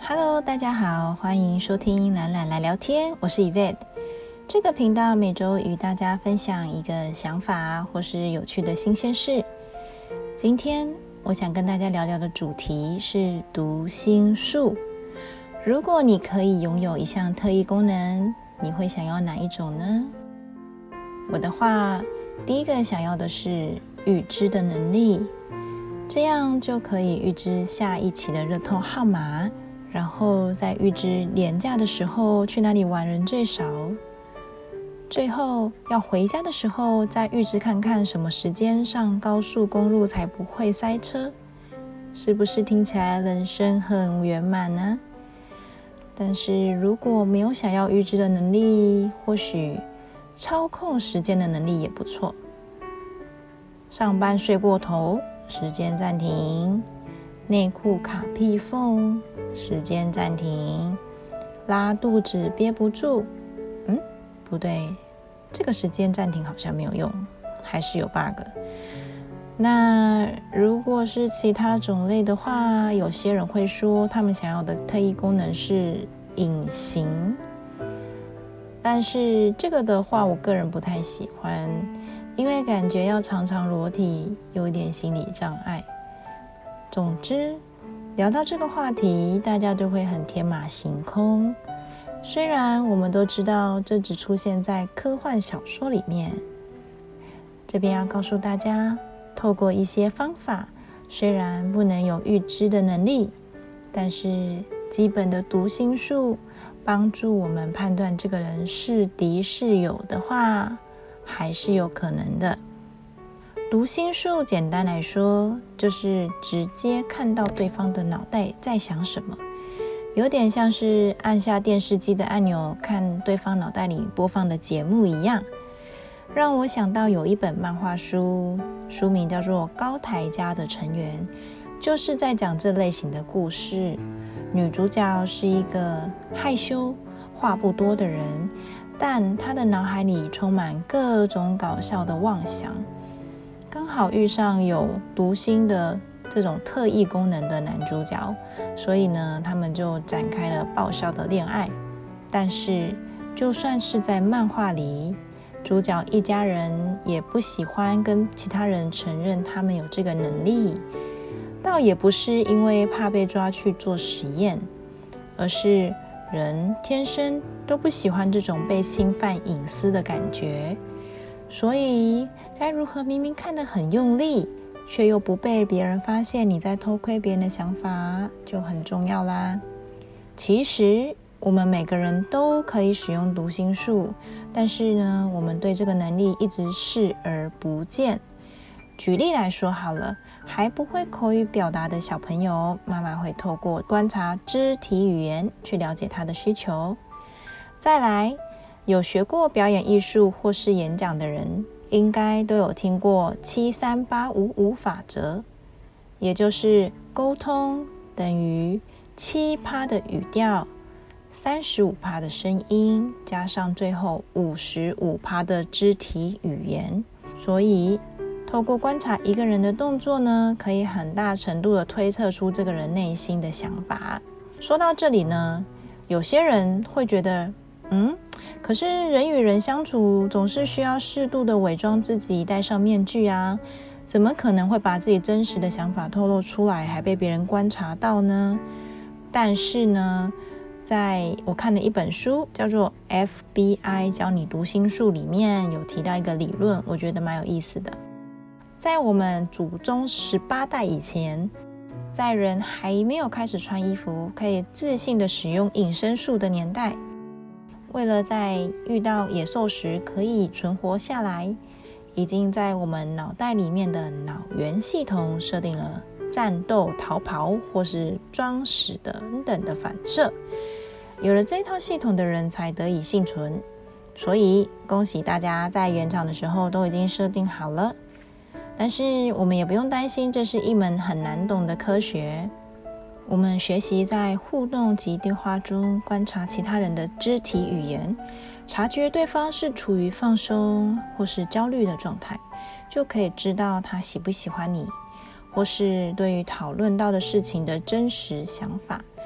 Hello， 大家好，欢迎收听懒懒来聊天，我是 Yvette。这个频道每周与大家分享一个想法或是有趣的新鲜事。今天我想跟大家聊聊的主题是读心术。如果你可以拥有一项特异功能，你会想要哪一种呢？我的话，第一个想要的是预知的能力，这样就可以预知下一期的乐透号码，然后在预知连假的时候去哪里玩人最少，最后要回家的时候再预知看看什么时间上高速公路才不会塞车，是不是听起来人生很圆满呢？但是如果没有想要预知的能力，或许操控时间的能力也不错。上班睡过头，时间暂停；内裤卡屁缝，时间暂停；拉肚子憋不住，不对，这个时间暂停好像没有用，还是有 bug。那如果是其他种类的话，有些人会说他们想要的特异功能是隐形，但是这个的话我个人不太喜欢，因为感觉要常常裸体有一点心理障碍。总之，聊到这个话题，大家就会很天马行空。虽然我们都知道这只出现在科幻小说里面，这边要告诉大家，透过一些方法，虽然不能有预知的能力，但是基本的读心术帮助我们判断这个人是敌是友的话，还是有可能的。读心术简单来说，就是直接看到对方的脑袋在想什么，有点像是按下电视机的按钮看对方脑袋里播放的节目一样。让我想到有一本漫画书，书名叫做《高台家的成员》，就是在讲这类型的故事。女主角是一个害羞话不多的人，但她的脑海里充满各种搞笑的妄想。刚好遇上有读心的这种特异功能的男主角，所以呢，他们就展开了爆笑的恋爱。但是就算是在漫画里，主角一家人也不喜欢跟其他人承认他们有这个能力，倒也不是因为怕被抓去做实验，而是人天生都不喜欢这种被侵犯隐私的感觉。所以该如何明明看得很用力，却又不被别人发现你在偷窥别人的想法，就很重要啦。其实我们每个人都可以使用读心术，但是呢，我们对这个能力一直视而不见。举例来说好了，还不会口语表达的小朋友，妈妈会透过观察肢体语言去了解他的需求。再来，有学过表演艺术或是演讲的人，应该都有听过73855法则，也就是沟通等于7%的语调，35%的声音，加上最后55%的肢体语言。所以透过观察一个人的动作呢，可以很大程度的推测出这个人内心的想法。说到这里呢，有些人会觉得可是人与人相处总是需要适度的伪装自己，戴上面具啊，怎么可能会把自己真实的想法透露出来，还被别人观察到呢？但是呢，在我看的一本书叫做 FBI 教你读心术里面有提到一个理论，我觉得蛮有意思的。在我们祖宗18代以前，在人还没有开始穿衣服，可以自信的使用隐身术的年代，为了在遇到野兽时可以存活下来，已经在我们脑袋里面的脑源系统设定了战斗、逃跑或是装死等等的反射。有了这套系统的人才得以幸存，所以恭喜大家在原厂的时候都已经设定好了。但是我们也不用担心，这是一门很难懂的科学。我们学习在互动及对话中观察其他人的肢体语言，察觉对方是处于放松或是焦虑的状态，就可以知道他喜不喜欢你，或是对于讨论到的事情的真实想法，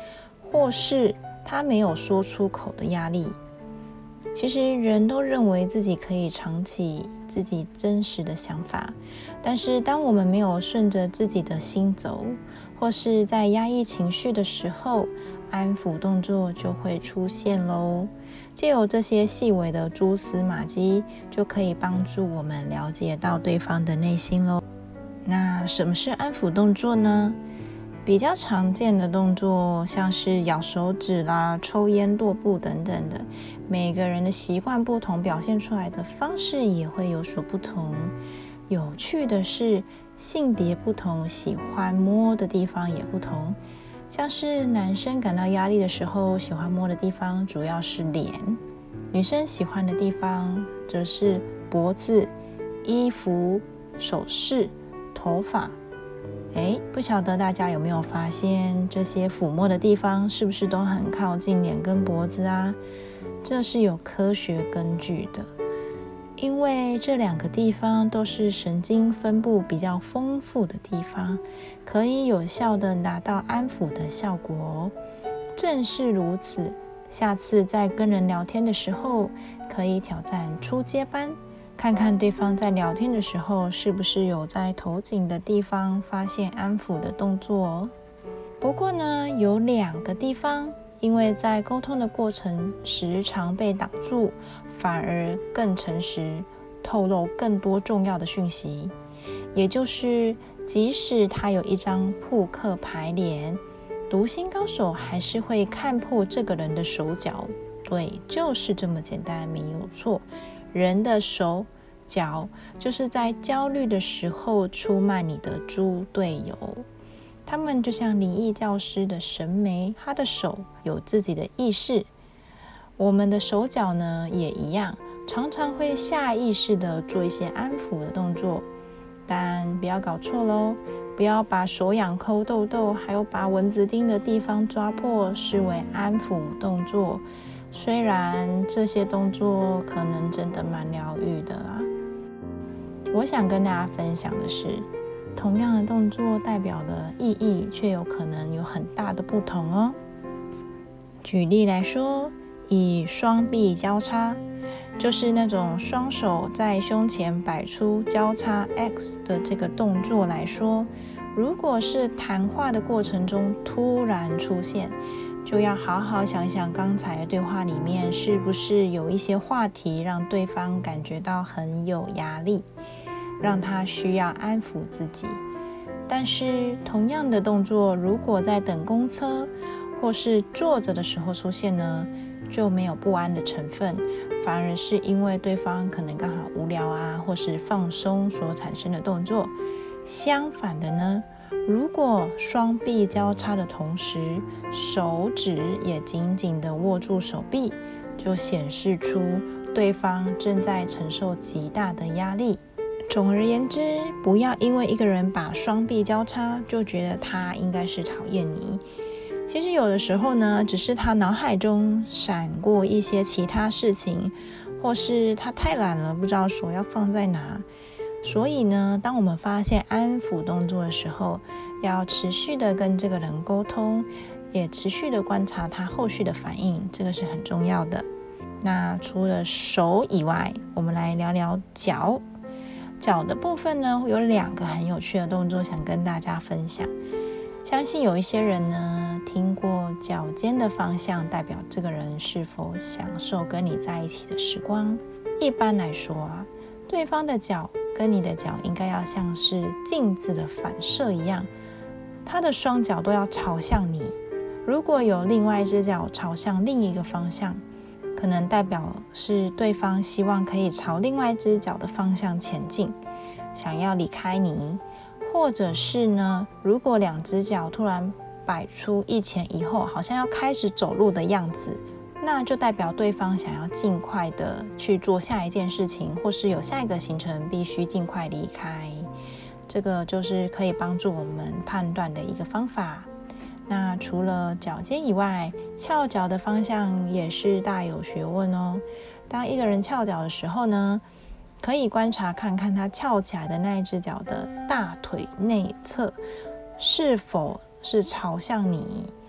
或是他没有说出口的压力。其实人都认为自己可以藏起自己真实的想法，但是当我们没有顺着自己的心走，或是在压抑情绪的时候，安抚动作就会出现咯。藉由这些细微的蛛丝马迹，就可以帮助我们了解到对方的内心咯。那什么是安抚动作呢？比较常见的动作像是咬手指啦、抽烟、跺步等等的，每个人的习惯不同，表现出来的方式也会有所不同。有趣的是，性别不同，喜欢摸的地方也不同。像是男生感到压力的时候，喜欢摸的地方主要是脸，女生喜欢的地方则是脖子、衣服、首饰、头发。不晓得大家有没有发现，这些抚摸的地方是不是都很靠近脸跟脖子啊？这是有科学根据的，因为这两个地方都是神经分布比较丰富的地方，可以有效的达到安抚的效果哦。正是如此，下次在跟人聊天的时候，可以挑战初阶班，看看对方在聊天的时候是不是有在头颈的地方发现安抚的动作哦。不过呢，有2个地方因为在沟通的过程时常被挡住，反而更诚实，透露更多重要的讯息。也就是即使他有一张扑克牌脸，读心高手还是会看破这个人的手脚。对，就是这么简单，没有错。人的手脚就是在焦虑的时候出卖你的猪队友。他们就像灵异教师的神媒，他的手有自己的意识。我们的手脚呢也一样，常常会下意识的做一些安抚的动作。但不要搞错咯，不要把手痒、抠痘痘还有把蚊子叮的地方抓破视为安抚动作。虽然这些动作可能真的蛮疗愈的啦。我想跟大家分享的是，同样的动作代表的意义却有可能有很大的不同哦。举例来说，以双臂交叉，就是那种双手在胸前摆出交叉 X 的这个动作来说，如果是谈话的过程中突然出现，就要好好想想刚才的对话里面是不是有一些话题让对方感觉到很有压力，让他需要安抚自己。但是同样的动作，如果在等公车或是坐着的时候出现呢，就没有不安的成分，反而是因为对方可能刚好无聊啊，或是放松所产生的动作。相反的呢，如果双臂交叉的同时，手指也紧紧地握住手臂，就显示出对方正在承受极大的压力。总而言之，不要因为一个人把双臂交叉，就觉得他应该是讨厌你。其实有的时候呢，只是他脑海中闪过一些其他事情，或是他太懒了，不知道手要放在哪。所以呢，当我们发现安抚动作的时候，要持续的跟这个人沟通，也持续的观察他后续的反应，这个是很重要的。那除了手以外，我们来聊聊脚。脚的部分呢，有2个很有趣的动作想跟大家分享。相信有一些人呢，听过脚尖的方向代表这个人是否享受跟你在一起的时光。一般来说啊，对方的脚跟你的脚应该要像是镜子的反射一样，他的双脚都要朝向你。如果有另外一只脚朝向另一个方向，可能代表是对方希望可以朝另外一只脚的方向前进，想要离开你。或者是呢，如果2只脚突然摆出一前一后，好像要开始走路的样子，那就代表对方想要尽快的去做下一件事情，或是有下一个行程必须尽快离开。这个就是可以帮助我们判断的一个方法。那除了脚尖以外，翘脚的方向也是大有学问哦。当一个人翘脚的时候呢，可以观察看看他翘起来的那一只脚的大腿内侧是否是朝向你。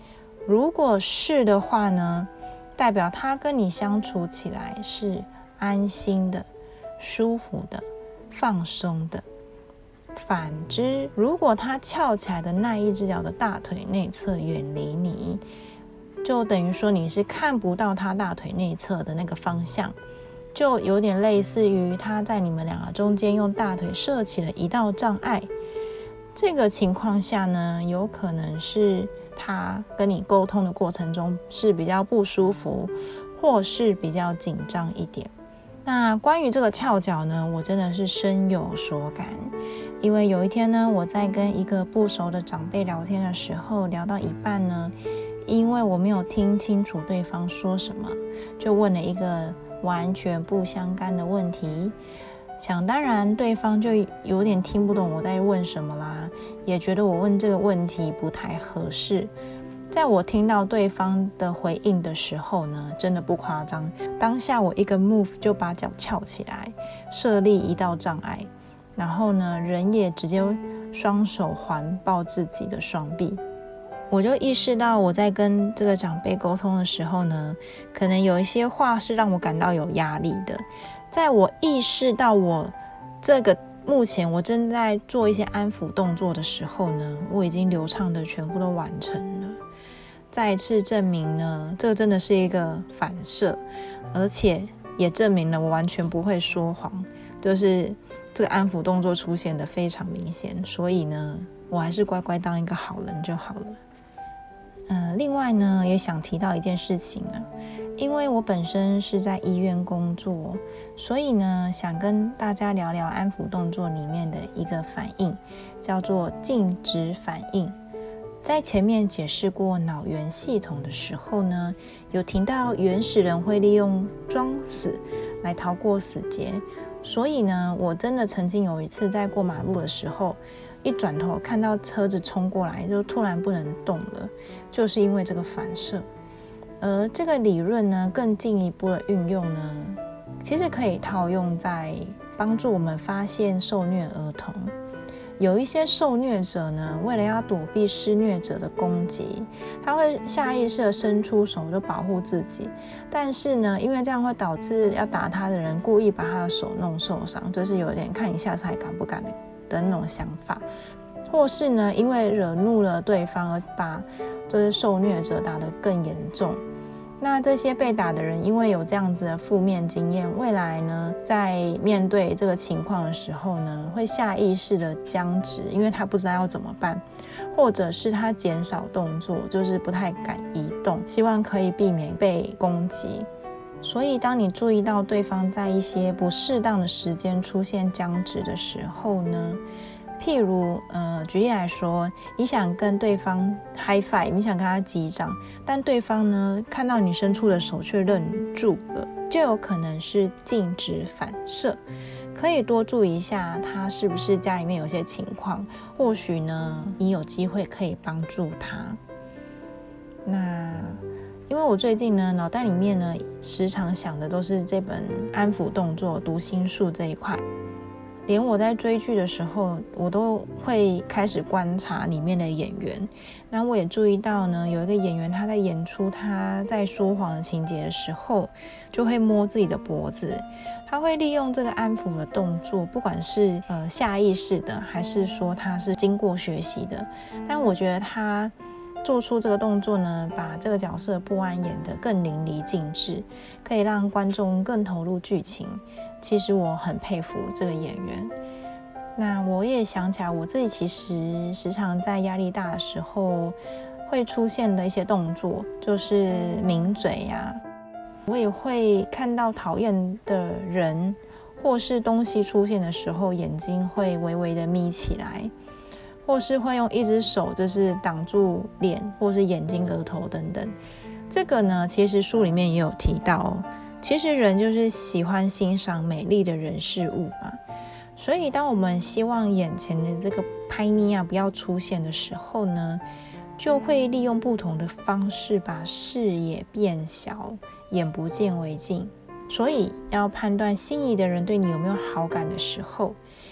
如果是的话呢，代表他跟你相处起来是安心的、舒服的、放松的。反之，如果他翘起来的那一只脚的大腿内侧远离你，就等于说你是看不到他大腿内侧的那个方向，就有点类似于他在你们两个中间用大腿设起了一道障碍。这个情况下呢，有可能是他跟你沟通的过程中是比较不舒服，或是比较紧张一点。那关于这个翘脚呢，我真的是深有所感。因为有一天呢，我在跟一个不熟的长辈聊天的时候，聊到一半呢，因为我没有听清楚对方说什么，就问了一个完全不相干的问题。想当然对方就有点听不懂我在问什么啦，也觉得我问这个问题不太合适。在我听到对方的回应的时候呢，真的不夸张，当下我一个 move 就把脚翘起来，设立一道障碍，然后呢，人也直接双手环抱自己的双臂。我就意识到我在跟这个长辈沟通的时候呢，可能有一些话是让我感到有压力的。在我意识到我这个目前我正在做一些安抚动作的时候呢，我已经流畅的全部都完成了。再次证明呢，这真的是一个反射，而且也证明了我完全不会说谎，就是这个安抚动作出现的非常明显，所以呢，我还是乖乖当一个好人就好了。另外呢，也想提到一件事情啊，因为我本身是在医院工作，所以呢，想跟大家聊聊安抚动作里面的一个反应，叫做静止反应。在前面解释过脑源系统的时候呢，有提到原始人会利用装死来逃过死劫，所以呢，我真的曾经有一次在过马路的时候，一转头看到车子冲过来，就突然不能动了，就是因为这个反射。而这个理论呢，更进一步的运用呢，其实可以套用在帮助我们发现受虐儿童。有一些受虐者呢，为了要躲避施虐者的攻击，他会下意识的伸出手就保护自己，但是呢，因为这样会导致要打他的人故意把他的手弄受伤，就是有点看你下次还敢不敢的那种想法，或是呢，因为惹怒了对方而把就是受虐者打得更严重。那这些被打的人因为有这样子的负面经验，未来呢，在面对这个情况的时候呢，会下意识的僵直，因为他不知道要怎么办，或者是他减少动作，就是不太敢移动，希望可以避免被攻击。所以当你注意到对方在一些不适当的时间出现僵直的时候呢，譬如举例来说，你想跟对方 high five， 你想跟他击掌，但对方呢看到你伸出的手却愣住了，就有可能是静止反射。可以多注意一下他是不是家里面有些情况，或许呢你有机会可以帮助他。那因为我最近呢脑袋里面呢时常想的都是这本安抚动作读心术这一块，连我在追剧的时候，我都会开始观察里面的演员。那我也注意到呢，有一个演员他在演出他在说谎的情节的时候，就会摸自己的脖子。他会利用这个安抚的动作，不管是下意识的，还是说他是经过学习的。但我觉得他做出这个动作呢，把这个角色不安演得更淋漓尽致，可以让观众更投入剧情。其实我很佩服这个演员。那我也想起来，我自己其实时常在压力大的时候会出现的一些动作，就是抿嘴呀。我也会看到讨厌的人或是东西出现的时候，眼睛会微微的眯起来，或是会用一只手就是挡住脸，或是眼睛、额头等等。这个呢，其实书里面也有提到哦。其实人就是喜欢欣赏美丽的人事物嘛，所以当我们希望眼前的这个拍咪不要出现的时候呢，就会利用不同的方式把视野变小，眼不见为净。所以要判断心仪的人对你有没有好感的时候，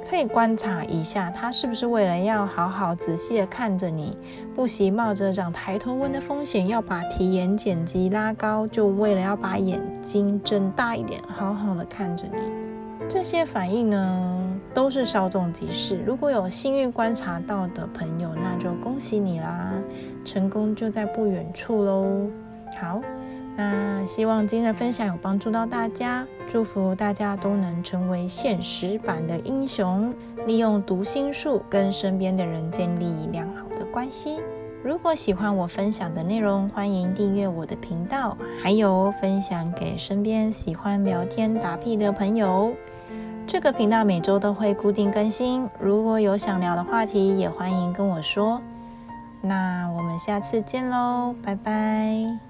可以观察一下，他是不是为了要好好仔细的看着你，不惜冒着长抬头纹的风险，要把提眼睑肌拉高，就为了要把眼睛睁大一点，好好的看着你。这些反应呢，都是稍纵即逝。如果有幸运观察到的朋友，那就恭喜你啦，成功就在不远处咯。好，那希望今天的分享有帮助到大家，祝福大家都能成为现实版的英雄，利用读心术跟身边的人建立良好的关系。如果喜欢我分享的内容，欢迎订阅我的频道，还有分享给身边喜欢聊天打屁的朋友。这个频道每周都会固定更新，如果有想聊的话题，也欢迎跟我说。那我们下次见咯，拜拜。